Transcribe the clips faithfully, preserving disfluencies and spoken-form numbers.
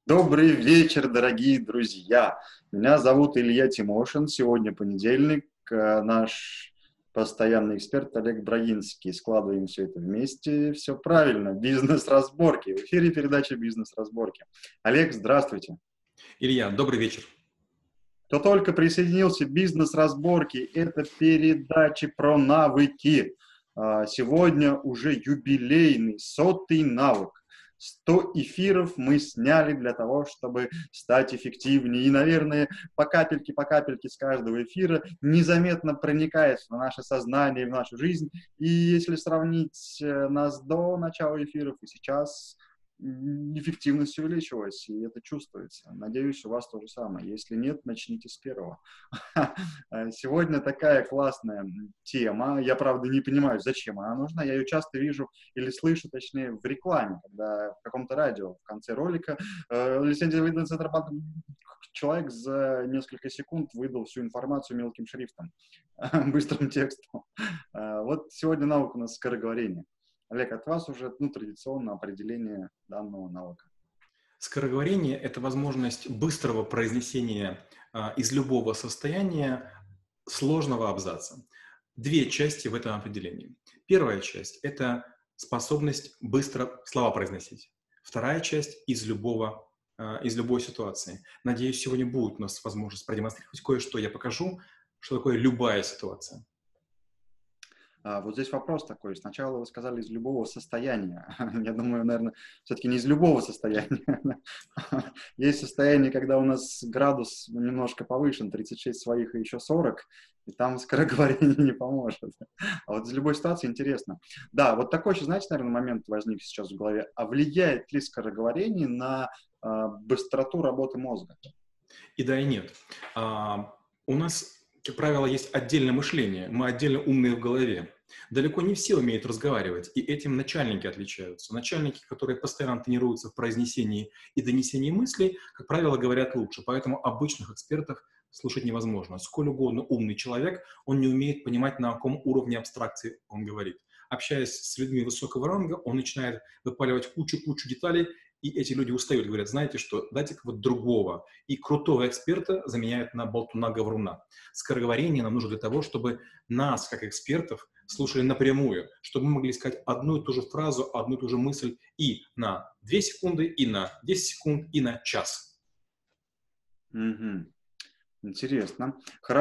Добрый вечер, дорогие друзья! Меня зовут Илья Тимошин. Сегодня понедельник. Э, Наш постоянный эксперт Олег Брагинский. Складываем все это вместе. Все правильно. Бизнес-разборки. В эфире передача «Бизнес-разборки». Олег, здравствуйте. Илья, добрый вечер. Кто только присоединился, «Бизнес-разборки» — это передачи про навыки. А, Сегодня уже юбилейный, сотый навык. сто эфиров мы сняли для того, чтобы стать эффективнее. И, наверное, по капельке, по капельке с каждого эфира незаметно проникает в наше сознание, в нашу жизнь. И если сравнить э, нас до начала эфиров и сейчас, м, эффективность увеличилась, и это чувствуется. Надеюсь, у вас то же самое. Если нет, начните с первого. Сегодня такая классная тема. Я, правда, не понимаю, зачем она нужна. Я ее часто вижу или слышу, точнее, в рекламе, когда в каком-то радио в конце ролика э, лицензия выдана Центробанком. Человек за несколько секунд выдал всю информацию мелким шрифтом, быстрым текстом. Э, Вот сегодня навык у нас скороговорение. Олег, от вас уже ну, традиционно определение данного навыка. Скороговорение – это возможность быстрого произнесения а, из любого состояния сложного абзаца. Две части в этом определении. Первая часть – это способность быстро слова произносить. Вторая часть – из любого, а, из любой ситуации. Надеюсь, сегодня будет у нас возможность продемонстрировать кое-что. Я покажу, что такое любая ситуация. А, Вот здесь вопрос такой. Сначала вы сказали из любого состояния. Я думаю, наверное, все-таки не из любого состояния. Есть состояние, когда у нас градус немножко повышен, тридцать шесть своих и еще сорок, и там скороговорение не поможет. А вот из любой ситуации интересно. Да, вот такой еще, знаете, наверное, момент возник сейчас в голове. А влияет ли скороговорение на а, быстроту работы мозга? И да, и нет. А, у нас, как правило, есть отдельное мышление. Мы отдельно умные в голове. Далеко не все умеют разговаривать, и этим начальники отличаются. Начальники, которые постоянно тренируются в произнесении и донесении мыслей, как правило, говорят лучше. Поэтому обычных экспертов слушать невозможно. Сколь угодно умный человек, он не умеет понимать, на каком уровне абстракции он говорит. Общаясь с людьми высокого ранга, он начинает выпаливать кучу-кучу деталей, и эти люди устают, говорят, знаете что, дайте-ка вот другого. И крутого эксперта заменяют на болтуна-говоруна. Скороговорение нам нужно для того, чтобы нас, как экспертов, слушали напрямую, чтобы мы могли сказать одну и ту же фразу, одну и ту же мысль и на две секунды, и на десять секунд, и на час. Мгм. Интересно.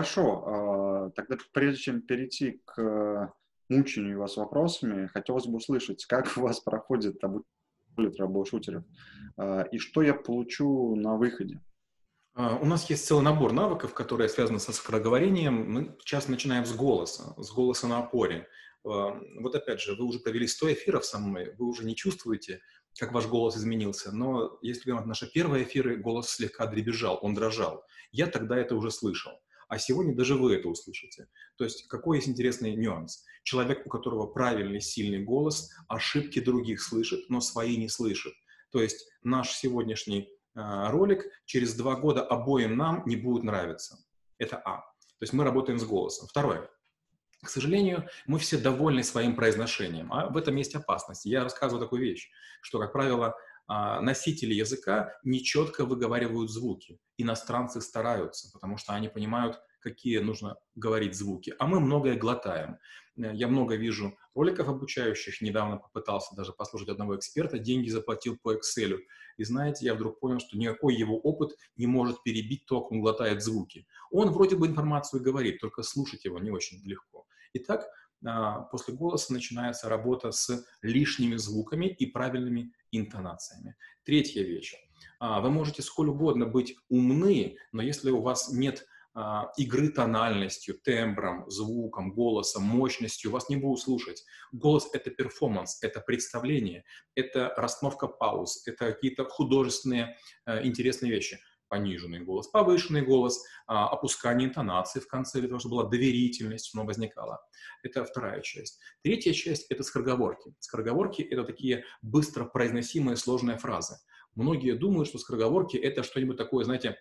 Хорошо. а, Тогда прежде чем перейти к э, мучению вас вопросами, хотелось бы услышать, как у вас проходит обучение трэбл-шутеров, а, и что я получу на выходе. Uh, у нас есть целый набор навыков, которые связаны со скороговорением. Мы сейчас начинаем с голоса, с голоса на опоре. Uh, вот опять же, вы уже провели сто эфиров со мной, вы уже не чувствуете, как ваш голос изменился. Но если говорить наши первые эфиры, голос слегка дребезжал, он дрожал. Я тогда это уже слышал. А сегодня даже вы это услышите. То есть какой есть интересный нюанс? Человек, у которого правильный, сильный голос, ошибки других слышит, но свои не слышит. То есть наш сегодняшний ролик через два года обоим нам не будет нравиться. Это А. То есть мы работаем с голосом. Второе. К сожалению, мы все довольны своим произношением, а в этом есть опасность. Я рассказываю такую вещь, что, как правило, носители языка нечетко выговаривают звуки. Иностранцы стараются, потому что они понимают, какие нужно говорить звуки. А мы многое глотаем. Я много вижу роликов обучающих. Недавно попытался даже послушать одного эксперта, деньги заплатил по Excel. И знаете, я вдруг понял, что никакой его опыт не может перебить то, как он глотает звуки. Он вроде бы информацию говорит, только слушать его не очень легко. Итак, после голоса начинается работа с лишними звуками и правильными интонациями. Третья вещь. Вы можете сколь угодно быть умны, но если у вас нет игры тональностью, тембром, звуком, голосом, мощностью, вас не будут слушать. Голос — это перформанс, это представление, это расстановка пауз, это какие-то художественные интересные вещи. Пониженный голос, повышенный голос, опускание интонации в конце, для того, чтобы была доверительность, но возникала. Это вторая часть. Третья часть — это скороговорки. Скороговорки — это такие быстро произносимые сложные фразы. Многие думают, что скороговорки — это что-нибудь такое, знаете,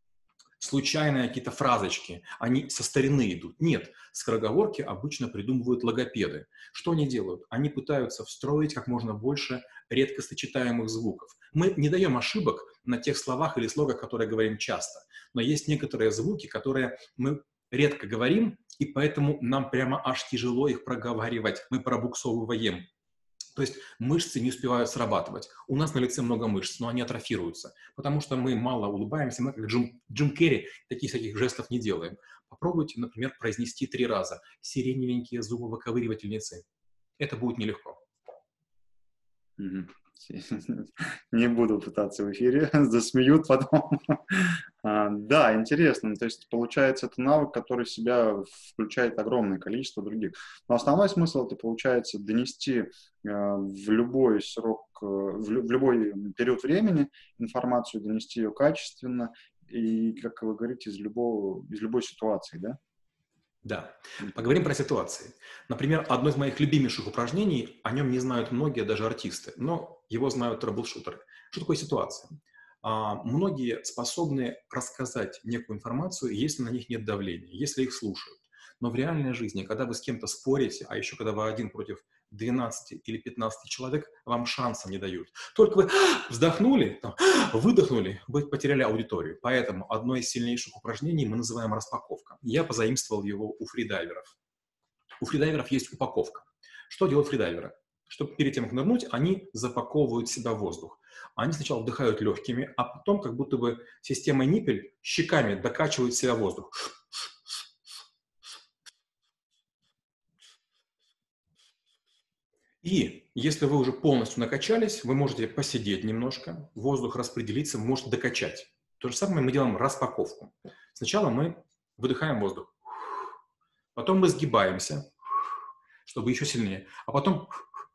случайные какие-то фразочки, они со старины идут. Нет, скороговорки обычно придумывают логопеды. Что они делают? Они пытаются встроить как можно больше редко сочетаемых звуков. Мы не даем ошибок, на тех словах или слогах, которые говорим часто. Но есть некоторые звуки, которые мы редко говорим, и поэтому нам прямо аж тяжело их проговаривать. Мы пробуксовываем. То есть мышцы не успевают срабатывать. У нас на лице много мышц, но они атрофируются, потому что мы мало улыбаемся, мы как Джим, Джим Керри таких всяких жестов не делаем. Попробуйте, например, произнести три раза «сиреневенькие зубовыковыривательницы». Это будет нелегко. Не буду пытаться в эфире, засмеют потом. А, да, интересно. То есть, получается, это навык, который в себя включает огромное количество других. Но основной смысл это, получается, донести э, в любой срок, э, в, лю- в любой период времени информацию, донести ее качественно и, как вы говорите, из любого, из любой ситуации, да? Да. Поговорим про ситуации. Например, одно из моих любимейших упражнений, о нем не знают многие, даже артисты, но его знают трэблшутеры. Что такое ситуация? А, многие способны рассказать некую информацию, если на них нет давления, если их слушают. Но в реальной жизни, когда вы с кем-то спорите, а еще когда вы один против двенадцати или пятнадцати человек, вам шанса не дают. Только вы вздохнули, там, выдохнули, вы потеряли аудиторию. Поэтому одно из сильнейших упражнений мы называем распаковка. Я позаимствовал его у фридайверов. У фридайверов есть упаковка. Что делают фридайверы? Чтобы перед тем, как нырнуть, они запаковывают в себя воздух. Они сначала вдыхают легкими, а потом, как будто бы системой ниппель, щеками докачивают в себя воздух. И если вы уже полностью накачались, вы можете посидеть немножко, воздух распределиться, может докачать. То же самое мы делаем распаковку. Сначала мы выдыхаем воздух, потом мы сгибаемся, чтобы еще сильнее, а потом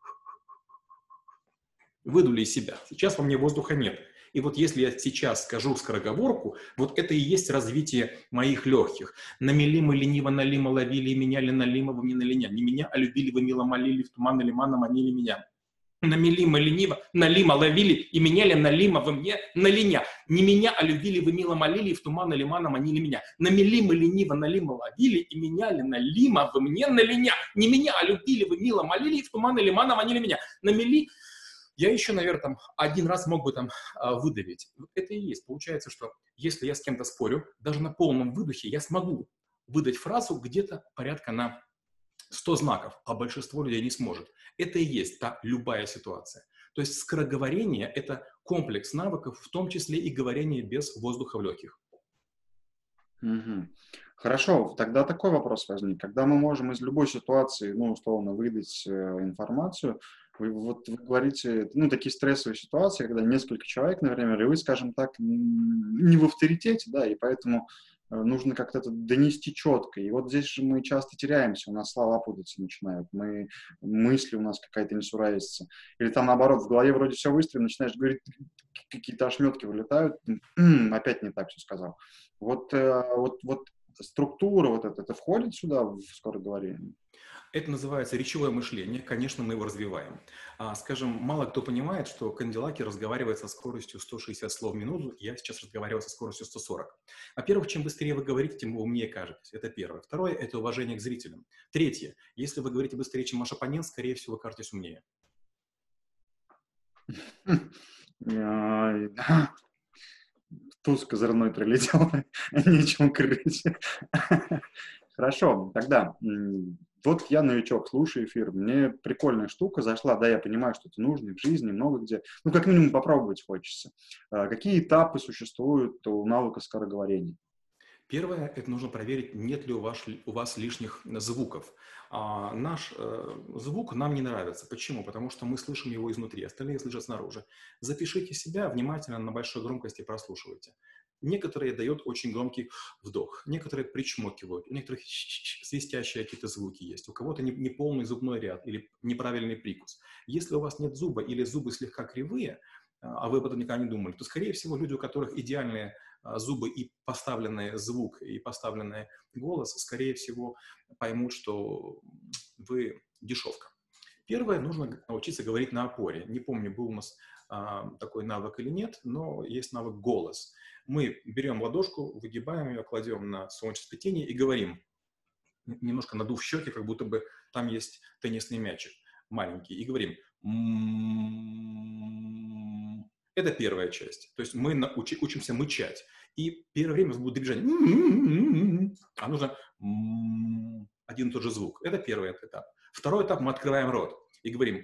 выдули из себя. Сейчас во мне воздуха нет. И вот если я сейчас скажу скороговорку, вот это и есть развитие моих легких. Намели мы лениво, налимо, ловили, и меняли налимо, вы мне налиня. Не меня, а любили вы, мило молили, в туман лимана манили меня. Намели мы лениво, налимо, ловили, и меняли налимо вы мне налиня. Не меня, а любили вы, мило молили, и в туман лимана манили меня. Намели мы лениво, налимо, ловили, и меняли налимо вы мне налиня. Не меня, а любили вы, мило молили, и в туман лимана манили меня. Намели... Я еще, наверное, там один раз мог бы там выдавить. Это и есть. Получается, что если я с кем-то спорю, даже на полном выдохе я смогу выдать фразу где-то порядка на сто знаков, а большинство людей не сможет. Это и есть та любая ситуация. То есть скороговорение – это комплекс навыков, в том числе и говорение без воздуха в легких. Угу. Хорошо, тогда такой вопрос возник. Когда мы можем из любой ситуации, ну, условно, выдать э, информацию, вы, вот вы говорите, ну, такие стрессовые ситуации, когда несколько человек, например, и вы, скажем так, не в авторитете, да, и поэтому э, нужно как-то это донести четко. И вот здесь же мы часто теряемся, у нас слова путаться начинают, мы, мысли у нас какая-то несуразица. Или там, наоборот, в голове вроде все выстроено, начинаешь говорить, какие-то ошметки вылетают, опять не так все сказал. Вот, э, вот, вот структура вот эта, это входит сюда в скороговорение? Это называется речевое мышление. Конечно, мы его развиваем. А, скажем, мало кто понимает, что Кандилаки разговаривает со скоростью сто шестьдесят слов в минуту. Я сейчас разговариваю со скоростью сто сорок. Во-первых, чем быстрее вы говорите, тем вы умнее кажетесь. Это первое. Второе – это уважение к зрителям. Третье. Если вы говорите быстрее, чем ваш оппонент, скорее всего, вы кажетесь умнее. Туз козырной прилетел, нечем крыть. Хорошо, тогда, вот я новичок, слушаю эфир, мне прикольная штука зашла, да, я понимаю, что это нужно в жизни, много где, ну, как минимум попробовать хочется. Какие этапы существуют у навыка скороговорения? Первое, это нужно проверить, нет ли у вас, у вас лишних звуков. А, наш э, звук нам не нравится. Почему? Потому что мы слышим его изнутри, остальные слышат снаружи. Запишите себя, внимательно на большой громкости прослушивайте. Некоторые дают очень громкий вдох, некоторые причмокивают, у некоторых свистящие какие-то звуки есть, у кого-то неполный зубной ряд или неправильный прикус. Если у вас нет зуба или зубы слегка кривые, а вы об этом никогда не думали, то, скорее всего, люди, у которых идеальные зубы и поставленный звук, и поставленный голос, скорее всего, поймут, что вы дешевка. Первое, нужно научиться говорить на опоре. Не помню, был у нас а, такой навык или нет, но есть навык голос. Мы берем ладошку, выгибаем ее, кладем на солнечное сплетение и говорим, немножко надув щеки, как будто бы там есть теннисный мячик маленький, и говорим. Это первая часть. То есть мы научи, учимся мычать. И первое время у нас будет движение. А нужно один и тот же звук. Это первый этап. Второй этап — мы открываем рот и говорим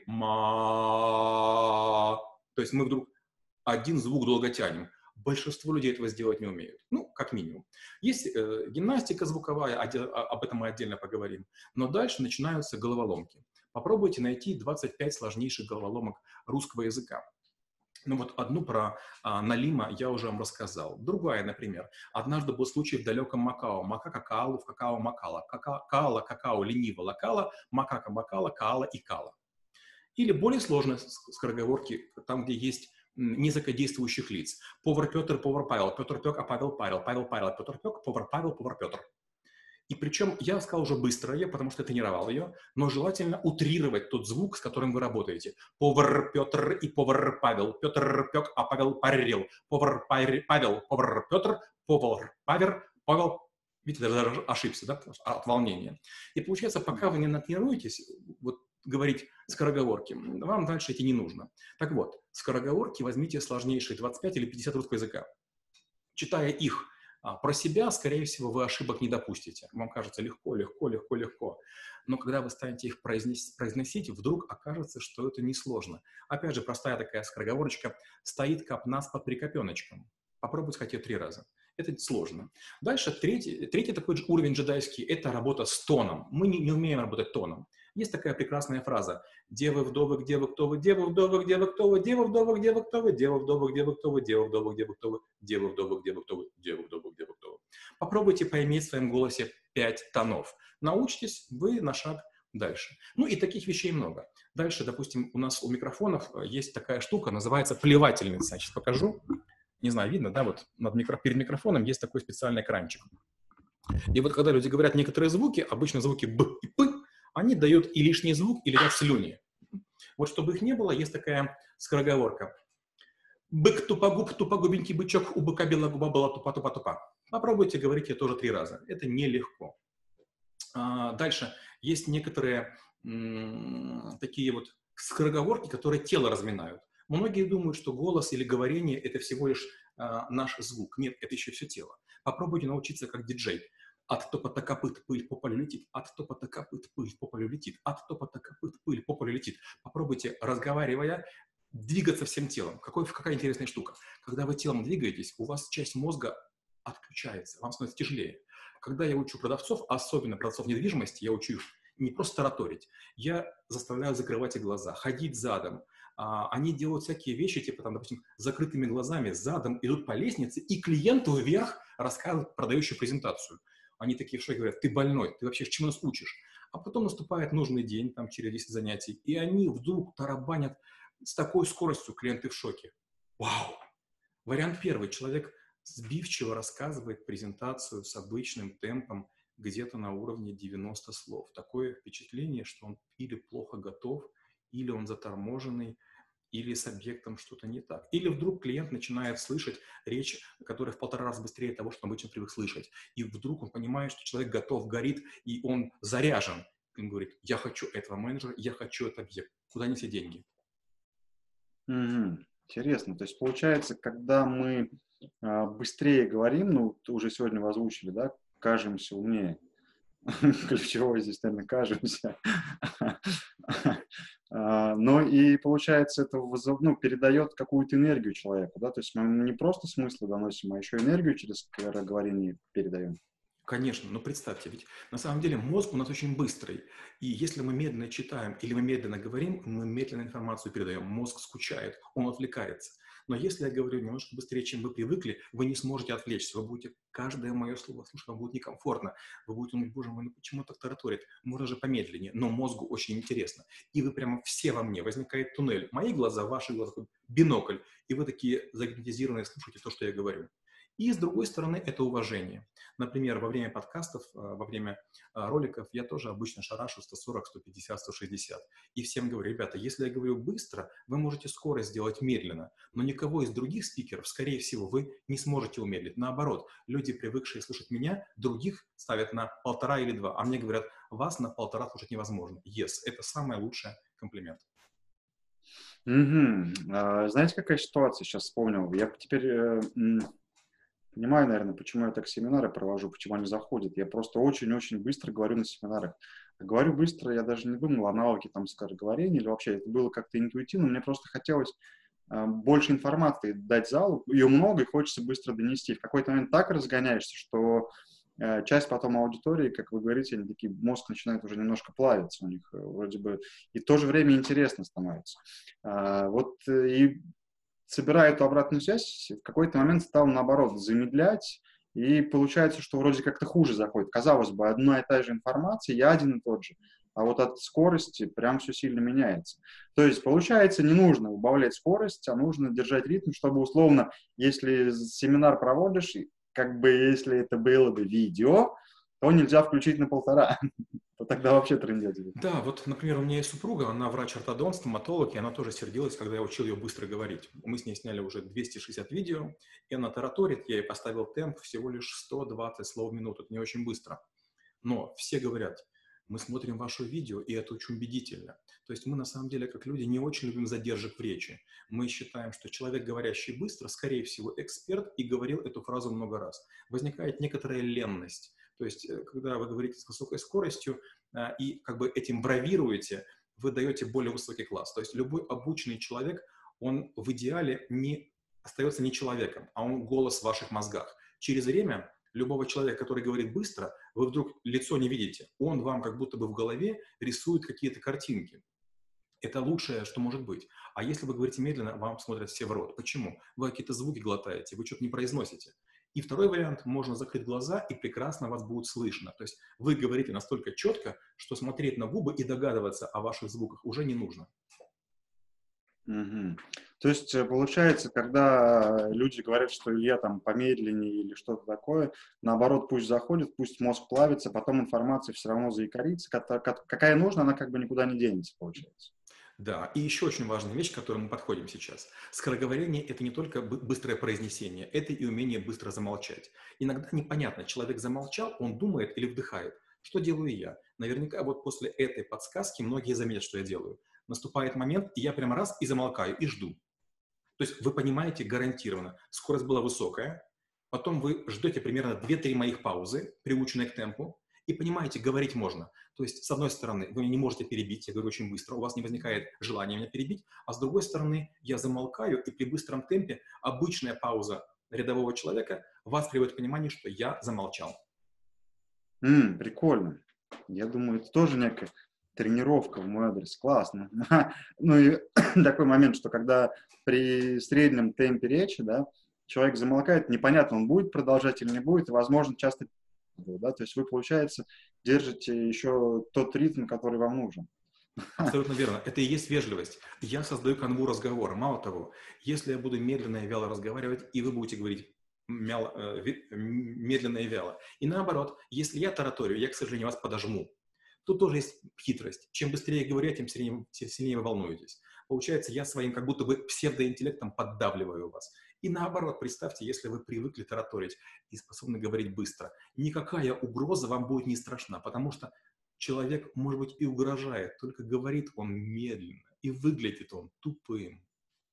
«ма». То есть мы вдруг один звук долго тянем. Большинство людей этого сделать не умеют. Ну, как минимум. Есть э, гимнастика звуковая, оде- об этом мы отдельно поговорим. Но дальше начинаются головоломки. Попробуйте найти двадцать пять сложнейших головоломок русского языка. Ну вот одну про а, Налима я уже вам рассказал. Другая, например. Однажды был случай в далеком Макао. Макака каалу в какао макала. Кака- Каала какао лениво лакала. Макака макала каала и кала. Или более сложные скороговорки, там, где есть несколько действующих лиц. Повар Петр, повар Павел. Петр Пек, а Павел Павел. Павел Павел, Петр Пек, повар Павел, повар Петр. И причем я сказал уже быстро ее, потому что я тренировал ее, но желательно утрировать тот звук, с которым вы работаете. Повар Петр и повар Павел. Петр Пек, а Павел парил. Повар Павел, повар Петр, повар Павер, Павел. Видите, даже ошибся, да, от волнения. И получается, пока вы не натренируетесь вот, говорить скороговорки, вам дальше идти не нужно. Так вот, скороговорки возьмите сложнейшие двадцать пять или пятьдесят русского языка. Читая их а, про себя, скорее всего, вы ошибок не допустите. Вам кажется легко, легко, легко, легко. Но когда вы станете их произносить, произносить, вдруг окажется, что это несложно. Опять же, простая такая скороговорочка. Стоит капнас под прикопеночком. Попробуйте хотя бы три раза. Это сложно. Дальше третий, третий такой же уровень джедайский – это работа с тоном. Мы не, не умеем работать тоном. Есть такая прекрасная фраза: «Девы, вдовы, где вы, кто вы, девы, вдовы, где вы, кто вы, девы, вдовы, где вы, кто вы, девы, вдовы, где вы, кто вы, девы, вдовы, где вы, кто вы, девы, вдовы, где вы, кто вы, девы, вдовы, где вы, кто вы». Попробуйте поиметь в своем голосе пять тонов. Научитесь, вы на шаг дальше. Ну и таких вещей много. Дальше, допустим, у нас у микрофонов есть такая штука, называется плевательница. Сейчас покажу. Не знаю, видно, да, вот над микро... перед микрофоном есть такой специальный экранчик. И вот когда люди говорят некоторые звуки, обычно звуки «б» и «п», они дают и лишний звук, и летят слюни. Вот чтобы их не было, есть такая скороговорка. Бык тупогуб, тупогубенький бычок, у быка белая губа была тупа-тупа-тупа. Попробуйте говорить ее тоже три раза. Это нелегко. А, дальше есть некоторые м- такие вот скороговорки, которые тело разминают. Многие думают, что голос или говорение – это всего лишь а, наш звук. Нет, это еще все тело. Попробуйте научиться как диджей. От топота копыт пыль по полю летит, от топота копыт пыль по полю летит, от топота копыт пыль по полю летит. Попробуйте, разговаривая, двигаться всем телом. Какой, какая интересная штука. Когда вы телом двигаетесь, у вас часть мозга отключается, вам становится тяжелее. Когда я учу продавцов, особенно продавцов недвижимости, я учу их не просто тараторить, я заставляю закрывать их глаза, ходить задом. А, они делают всякие вещи, типа, там, допустим, закрытыми глазами, задом идут по лестнице, и клиенту вверх рассказывают продающую презентацию. Они такие в шоке говорят: ты больной, ты вообще чему нас учишь? А потом наступает нужный день, там, через десять занятий, и они вдруг тарабанят с такой скоростью, клиенты в шоке. Вау! Вариант первый. Человек сбивчиво рассказывает презентацию с обычным темпом где-то на уровне девяноста слов. Такое впечатление, что он или плохо готов, или он заторможенный, или с объектом что-то не так. Или вдруг клиент начинает слышать речь, которая в полтора раза быстрее того, что он обычно привык слышать. И вдруг он понимает, что человек готов, горит, и он заряжен. Он говорит: я хочу этого менеджера, я хочу этот объект. Куда нести деньги? Угу. Интересно. То есть получается, когда мы а, быстрее говорим, ну, уже сегодня вы озвучили, да, кажемся умнее. Ключевое здесь, наверное, кажемся. А, Но и получается, это вызов- ну, передает какую-то энергию человеку, да, то есть мы не просто смыслы доносим, а еще энергию через говорение передаем. Конечно, но представьте, ведь на самом деле мозг у нас очень быстрый, и если мы медленно читаем или мы медленно говорим, мы медленно информацию передаем, мозг скучает, он отвлекается. Но если я говорю немножко быстрее, чем вы привыкли, вы не сможете отвлечься, вы будете каждое мое слово слушать, вам будет некомфортно, вы будете думать: боже мой, ну почему так тараторит, можно же помедленнее, но мозгу очень интересно. И вы прямо все во мне, возникает туннель, мои глаза, ваши глаза, бинокль, и вы такие загипнотизированные слушаете то, что я говорю. И, с другой стороны, это уважение. Например, во время подкастов, во время роликов я тоже обычно шарашу сто сорок, сто пятьдесят, сто шестьдесят. И всем говорю: ребята, если я говорю быстро, вы можете скорость сделать медленно, но никого из других спикеров, скорее всего, вы не сможете умедлить. Наоборот, люди, привыкшие слушать меня, других ставят на полтора или два, а мне говорят: вас на полтора слушать невозможно. Yes, это самый лучший комплимент. Мгм. А, знаете, какая ситуация, сейчас вспомнил. Я теперь э, м, понимаю, наверное, почему я так семинары провожу, почему они заходят. Я просто очень-очень быстро говорю на семинарах. А говорю быстро, я даже не думал о навыке там скороговорения или вообще это было как-то интуитивно. Мне просто хотелось а, больше информации дать залу. Ее много и хочется быстро донести. В какой-то момент так разгоняешься, что э, часть потом аудитории, как вы говорите, они такие, мозг начинает уже немножко плавиться у них э, вроде бы. И в то же время интересно становится. А, вот э, и собирая эту обратную связь, в какой-то момент стал, наоборот, замедлять, и получается, что вроде как-то хуже заходит. Казалось бы, одна и та же информация, я один и тот же, а вот от скорости прям все сильно меняется. То есть, получается, не нужно убавлять скорость, а нужно держать ритм, чтобы, условно, если семинар проводишь, как бы если это было бы видео, то нельзя включить на полтора, то тогда вообще трындец будет. Да, вот, например, у меня есть супруга, она врач-ортодонт, стоматолог, и она тоже сердилась, когда я учил ее быстро говорить. Мы с ней сняли уже двести шестьдесят видео, и она тараторит, я ей поставил темп всего лишь сто двадцать слов в минуту, это не очень быстро. Но все говорят, мы смотрим ваше видео, и это очень убедительно. То есть мы на самом деле, как люди, не очень любим задержек в речи. Мы считаем, что человек, говорящий быстро, скорее всего, эксперт и говорил эту фразу много раз. Возникает некоторая ленность. То есть, э, когда вы говорите с высокой скоростью а, и как бы этим бравируете, вы даете более высокий класс. То есть любой обученный человек, он в идеале не остается не человеком, а он голос в ваших мозгах. Через время любого человека, который говорит быстро, вы вдруг лицо не видите. Он вам как будто бы в голове рисует какие-то картинки. Это лучшее, что может быть. А если вы говорите медленно, вам смотрят все в рот. Почему? Вы какие-то звуки глотаете, вы что-то не произносите. И второй вариант, можно закрыть глаза, и прекрасно вас будет слышно. То есть вы говорите настолько четко, что смотреть на губы и догадываться о ваших звуках уже не нужно. Мгм. То есть, э, получается, когда люди говорят, что я там помедленнее или что-то такое, наоборот, пусть заходит, пусть мозг плавится, потом информация все равно заикарится, ката- ка- какая нужна, она как бы никуда не денется, получается. Да, и еще очень важная вещь, к которой мы подходим сейчас. Скороговорение– это не только бы- быстрое произнесение, это и умение быстро замолчать. Иногда непонятно, человек замолчал, он думает или вдыхает. Что делаю я? Наверняка вот после этой подсказки многие заметят, что я делаю. Наступает момент, и я прямо раз и замолкаю, и жду. То есть вы понимаете гарантированно, скорость была высокая, потом вы ждете примерно две-три моих паузы, приученные к темпу, и понимаете, говорить можно. То есть, с одной стороны, вы меня не можете перебить, я говорю очень быстро, у вас не возникает желания меня перебить, а с другой стороны, я замолкаю, и при быстром темпе обычная пауза рядового человека вас приводит к пониманию, что я замолчал. М, прикольно. Я думаю, это тоже некая тренировка в мой адрес. Классно. Ну и такой момент, что когда при среднем темпе речи, да, человек замолкает, непонятно, он будет продолжать или не будет, и, возможно, часто, да, то есть вы, получается, держите еще тот ритм, который вам нужен. Абсолютно верно. Это и есть вежливость. Я создаю канву разговора. Мало того, если я буду медленно и вяло разговаривать, и вы будете говорить мяло, э, ви- медленно и вяло. И наоборот, если я тараторю, я, к сожалению, вас подожму. Тут тоже есть хитрость. Чем быстрее я говорю, тем сильнее, тем сильнее вы волнуетесь. Получается, я своим как будто бы псевдоинтеллектом поддавливаю вас. И наоборот, представьте, если вы привыкли тараторить и способны говорить быстро, никакая угроза вам будет не страшна, потому что человек, может быть, и угрожает, только говорит он медленно, и выглядит он тупым.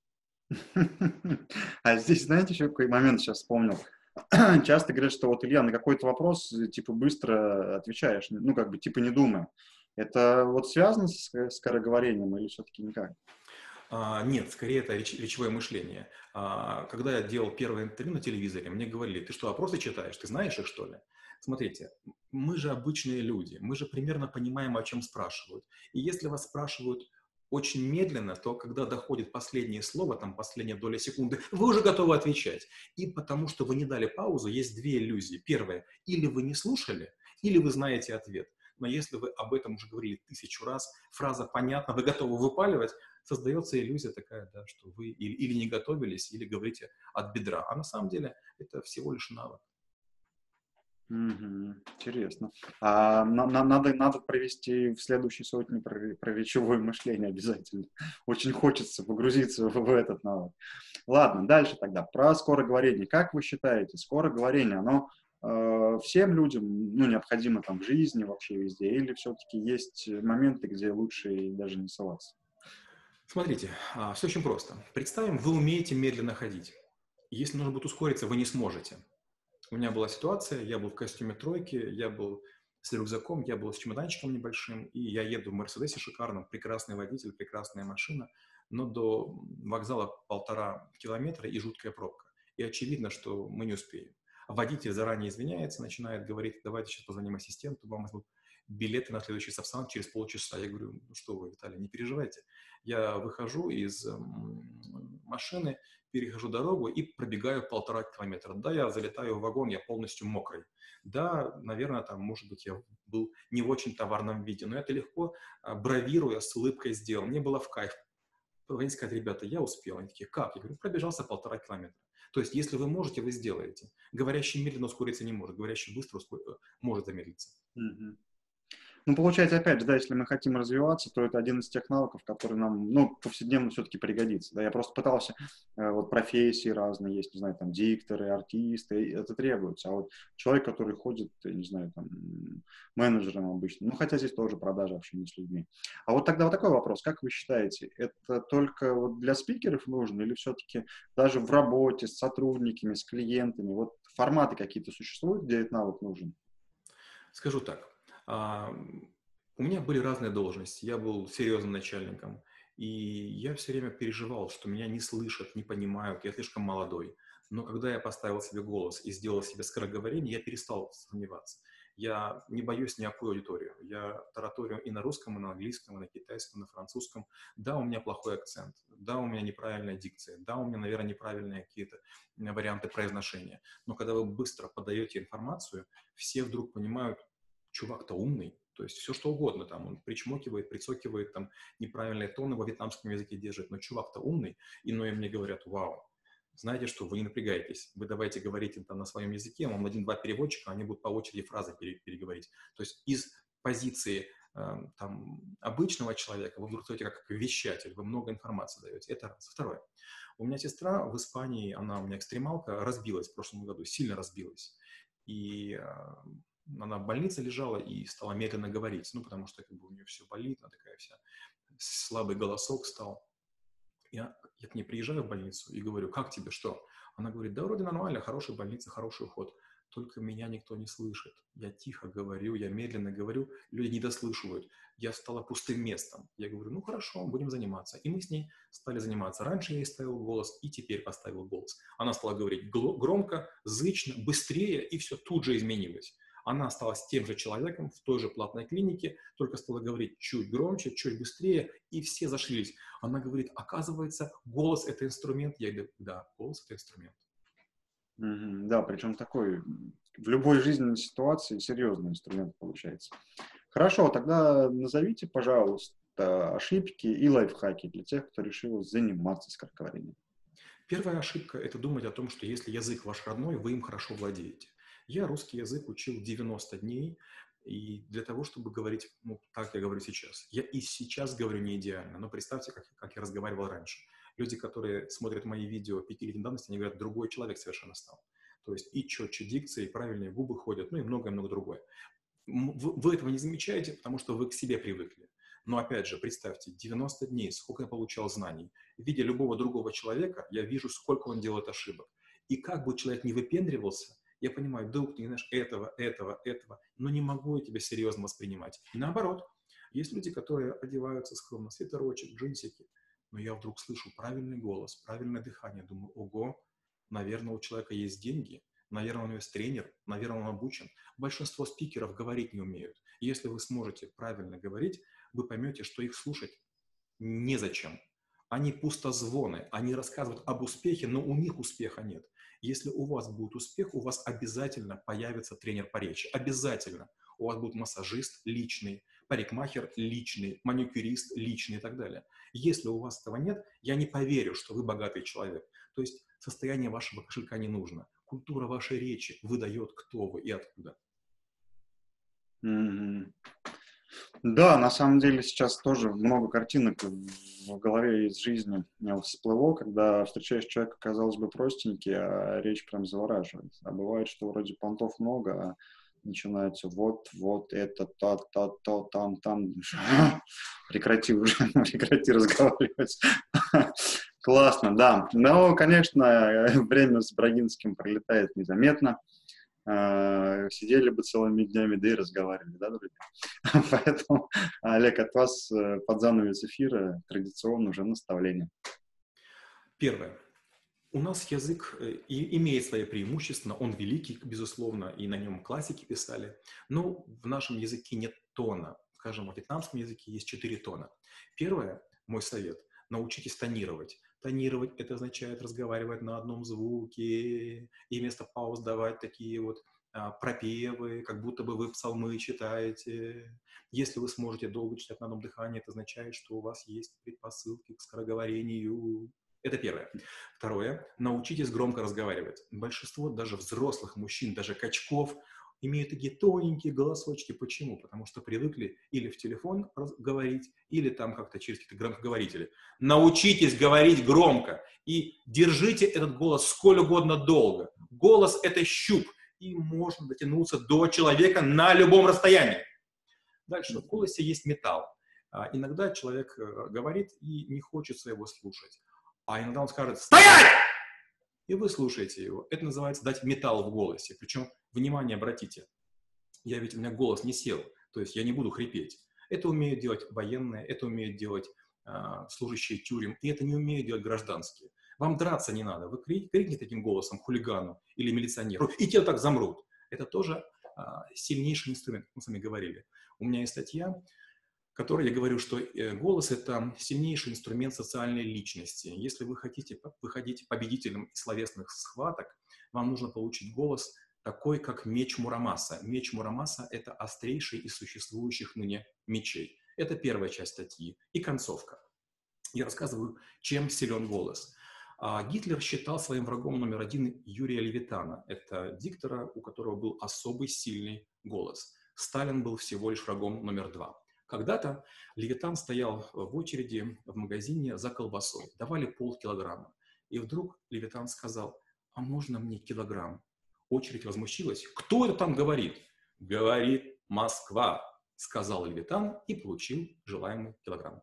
А здесь, знаете, еще какой момент сейчас вспомнил? Часто говорят, что вот, Илья, на какой-то вопрос, э, типа, быстро отвечаешь, ну, как бы, типа, не думая. Это вот связано с ск- скороговорением или все-таки никак? А, нет, скорее это реч- речевое мышление. А, когда я делал первое интервью на телевизоре, мне говорили, ты что, вопросы читаешь, ты знаешь их, что ли? Смотрите, мы же обычные люди, мы же примерно понимаем, о чем спрашивают. И если вас спрашивают очень медленно, то когда доходит последнее слово, там последняя доля секунды, вы уже готовы отвечать. И потому что вы не дали паузу, есть две иллюзии. Первая, или вы не слушали, или вы знаете ответ. Но если вы об этом уже говорили тысячу раз, фраза понятна, вы готовы выпаливать, создается иллюзия такая, да, что вы или, или не готовились, или говорите от бедра. А на самом деле это всего лишь навык. Мгм. Интересно. А на- на- надо, надо провести в следующей сотне про, про речевое мышление обязательно. Очень хочется погрузиться в, в этот навык. Ладно, дальше тогда. Про скороговорение. Как вы считаете, скороговорение, оно э, всем людям ну, необходимо там в жизни, вообще везде, или все-таки есть моменты, где лучше и даже не соваться? Смотрите, а, все очень просто. Представим, вы умеете медленно ходить. Если нужно будет ускориться, вы не сможете. У меня была ситуация, я был в костюме тройки, я был с рюкзаком, я был с чемоданчиком небольшим, и я еду в Мерседесе шикарном, прекрасный водитель, прекрасная машина, но до вокзала полтора километра и жуткая пробка. И очевидно, что мы не успеем. Водитель заранее извиняется, начинает говорить: давайте сейчас позвоним ассистенту, вам возьмут билеты на следующий Сапсан через полчаса. Я говорю: ну что вы, Виталий, не переживайте. Я выхожу из м, машины, перехожу дорогу и пробегаю полтора километра. Да, я залетаю в вагон, я полностью мокрый. Да, наверное, там, может быть, я был не в очень товарном виде, но это легко, а, бравируя, с улыбкой сделал. Мне было в кайф. Они сказали: ребята, я успел. Они такие: как? Я говорю: пробежался полтора километра. То есть, если вы можете, вы сделаете. Говорящий медленно ускориться не может, говорящий быстро ускор... может замедлиться. Мгм. Ну, получается, опять же, да, если мы хотим развиваться, то это один из тех навыков, который нам, ну, повседневно все-таки пригодится. Да, я просто пытался, э, вот профессии разные есть, не знаю, там, дикторы, артисты, и это требуется. А вот человек, который ходит, я не знаю, там, м, менеджером обычно, ну, хотя здесь тоже продажа, общение с людьми. А вот тогда вот такой вопрос, как вы считаете, это только вот для спикеров нужно или все-таки даже в работе с сотрудниками, с клиентами, вот форматы какие-то существуют, где этот навык нужен? Скажу так. а, У меня были разные должности. Я был серьезным начальником. И я все время переживал, что меня не слышат, не понимают, я слишком молодой. Но когда я поставил себе голос и сделал себе скороговорение, я перестал сомневаться. Я не боюсь никакую аудиторию. Я тараторю и на русском, и на английском, и на китайском, и на французском. Да, у меня плохой акцент. Да, у меня неправильная дикция. Да, у меня, наверное, неправильные какие-то варианты произношения. Но когда вы быстро подаете информацию, все вдруг понимают: чувак-то умный, то есть все что угодно, там он причмокивает, прицокивает, там неправильные тоны во вьетнамском языке держит, но чувак-то умный, и но и мне говорят: вау, знаете что, вы не напрягайтесь, вы давайте говорите там на своем языке, вам один-два переводчика, они будут по очереди фразы пере- переговорить. То есть из позиции э, там обычного человека вы вдруг стоите как вещатель, вы много информации даете. Это раз. Второе. У меня сестра в Испании, она у меня экстремалка, разбилась в прошлом году, сильно разбилась. И э, она в больнице лежала и стала медленно говорить, ну, потому что как бы у нее все болит, она такая вся, слабый голосок стал. Я, я к ней приезжаю в больницу и говорю: как тебе, что? Она говорит: да вроде нормально, хорошая больница, хороший уход, только меня никто не слышит. Я тихо говорю, я медленно говорю, люди не дослышивают. Я стала пустым местом. Я говорю: ну хорошо, будем заниматься. И мы с ней стали заниматься. Раньше я ей ставил голос, и теперь поставил голос. Она стала говорить громко, зычно, быстрее, и все тут же изменилось. Она осталась тем же человеком в той же платной клинике, только стала говорить чуть громче, чуть быстрее, и все зашлись. Она говорит: оказывается, голос – это инструмент. Я говорю: да, голос – это инструмент. Мгм. Да, причем такой м, в любой жизненной ситуации серьезный инструмент получается. Хорошо, тогда назовите, пожалуйста, ошибки и лайфхаки для тех, кто решил заниматься скороговорением. Первая ошибка – это думать о том, что если язык ваш родной, вы им хорошо владеете. Я русский язык учил девяносто дней, и для того, чтобы говорить, ну, так я говорю сейчас. Я и сейчас говорю не идеально, но представьте, как, как я разговаривал раньше. Люди, которые смотрят мои видео пятилетней давности, они говорят: другой человек совершенно стал. То есть и четче дикция, и правильные губы ходят, ну и многое-многое другое. Вы, вы этого не замечаете, потому что вы к себе привыкли. Но опять же, представьте, девяносто дней, сколько я получал знаний. Видя любого другого человека, я вижу, сколько он делает ошибок. И как бы человек не выпендривался, я понимаю: друг, ты не знаешь этого, этого, этого, но не могу я тебя серьезно воспринимать. И наоборот, есть люди, которые одеваются скромно, свитерочек, джинсики, но я вдруг слышу правильный голос, правильное дыхание, думаю: ого, наверное, у человека есть деньги, наверное, у него есть тренер, наверное, он обучен. Большинство спикеров говорить не умеют. И если вы сможете правильно говорить, вы поймете, что их слушать незачем. Они пустозвоны, они рассказывают об успехе, но у них успеха нет. Если у вас будет успех, у вас обязательно появится тренер по речи. Обязательно. У вас будет массажист личный, парикмахер личный, маникюрист личный и так далее. Если у вас этого нет, я не поверю, что вы богатый человек. То есть состояние вашего кошелька не нужно. Культура вашей речи выдает, кто вы и откуда. Мгм. Да, на самом деле сейчас тоже много картинок в голове из жизни э, всплыло, когда встречаешь человека, казалось бы, простенький, а речь прям завораживает. А бывает, что вроде понтов много, а начинаются вот, вот, это, то, то, то, там, там. Прекрати уже, прекрати разговаривать. Классно, да. Но, конечно, время с Брагинским пролетает незаметно. Сидели бы целыми днями, да и разговаривали, да, друзья? Поэтому, Олег, от вас под занавес эфира традиционно уже наставление. Первое. У нас язык и имеет свои преимущества, он великий, безусловно, и на нем классики писали, но в нашем языке нет тона. Скажем, в вьетнамском языке есть четыре тона. Первое, мой совет, научитесь тонировать. Тонировать — это означает разговаривать на одном звуке и вместо пауз давать такие вот а, пропевы, как будто бы вы псалмы читаете. Если вы сможете долго читать на одном дыхании, это означает, что у вас есть предпосылки к скороговорению. Это первое. Второе. Научитесь громко разговаривать. Большинство даже взрослых мужчин, даже качков, имеют такие тоненькие голосочки. Почему? Потому что привыкли или в телефон говорить, или там как-то через какие-то громкоговорители. Научитесь говорить громко и держите этот голос сколь угодно долго. Голос — это щуп, и можно дотянуться до человека на любом расстоянии. Дальше. В голосе есть металл. Иногда человек говорит и не хочет своего слушать. А иногда он скажет «Стоять!» И вы слушаете его. Это называется дать металл в голосе. Причем, внимание, обратите, я ведь, у меня голос не сел, то есть я не буду хрипеть. Это умеют делать военные, это умеют делать а, служащие тюрем, и это не умеют делать гражданские. Вам драться не надо. Вы крикните таким голосом хулигану или милиционеру, и те так замрут. Это тоже а, сильнейший инструмент, мы с вами говорили. У меня есть статья, в которой я говорю, что голос — это сильнейший инструмент социальной личности. Если вы хотите выходить победителем из словесных схваток, вам нужно получить голос такой, как меч Мурамаса. Меч Мурамаса — это острейший из существующих ныне мечей. Это первая часть статьи. И концовка. Я рассказываю, чем силен голос. А Гитлер считал своим врагом номер один Юрия Левитана. Это диктора, у которого был особый сильный голос. Сталин был всего лишь врагом номер два. Когда-то Левитан стоял в очереди в магазине за колбасой. Давали полкилограмма. И вдруг Левитан сказал: «А можно мне килограмм?» Очередь возмущилась. «Кто это там говорит?» «Говорит Москва», сказал Левитан и получил желаемый килограмм.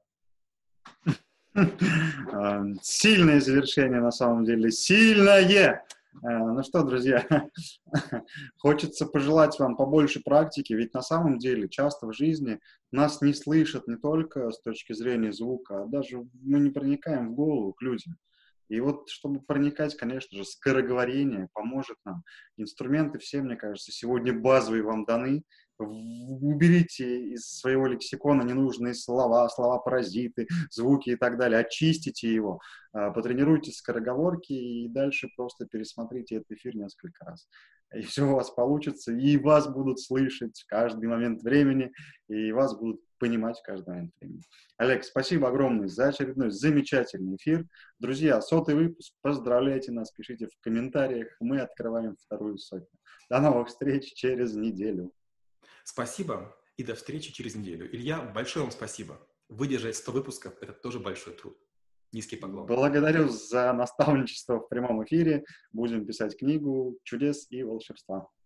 Сильное завершение, на самом деле. Сильное! Ну что, друзья, хочется пожелать вам побольше практики, ведь на самом деле часто в жизни нас не слышат не только с точки зрения звука, а даже мы не проникаем в голову к людям. И вот, чтобы проникать, конечно же, скороговорение поможет нам. Инструменты все, мне кажется, сегодня базовые вам даны. Уберите из своего лексикона ненужные слова, слова-паразиты, звуки и так далее. Очистите его, потренируйте скороговорки и дальше просто пересмотрите этот эфир несколько раз. И все у вас получится, и вас будут слышать в каждый момент времени, и вас будут понимать в каждый момент времени. Олег, спасибо огромное за очередной замечательный эфир. Друзья, сотый выпуск, поздравляйте нас, пишите в комментариях, мы открываем вторую сотню. До новых встреч через неделю. Спасибо и до встречи через неделю. Илья, большое вам спасибо. Выдержать сто выпусков – это тоже большой труд. Низкий поклон. Благодарю за наставничество в прямом эфире. Будем писать книгу «Чудес и волшебства».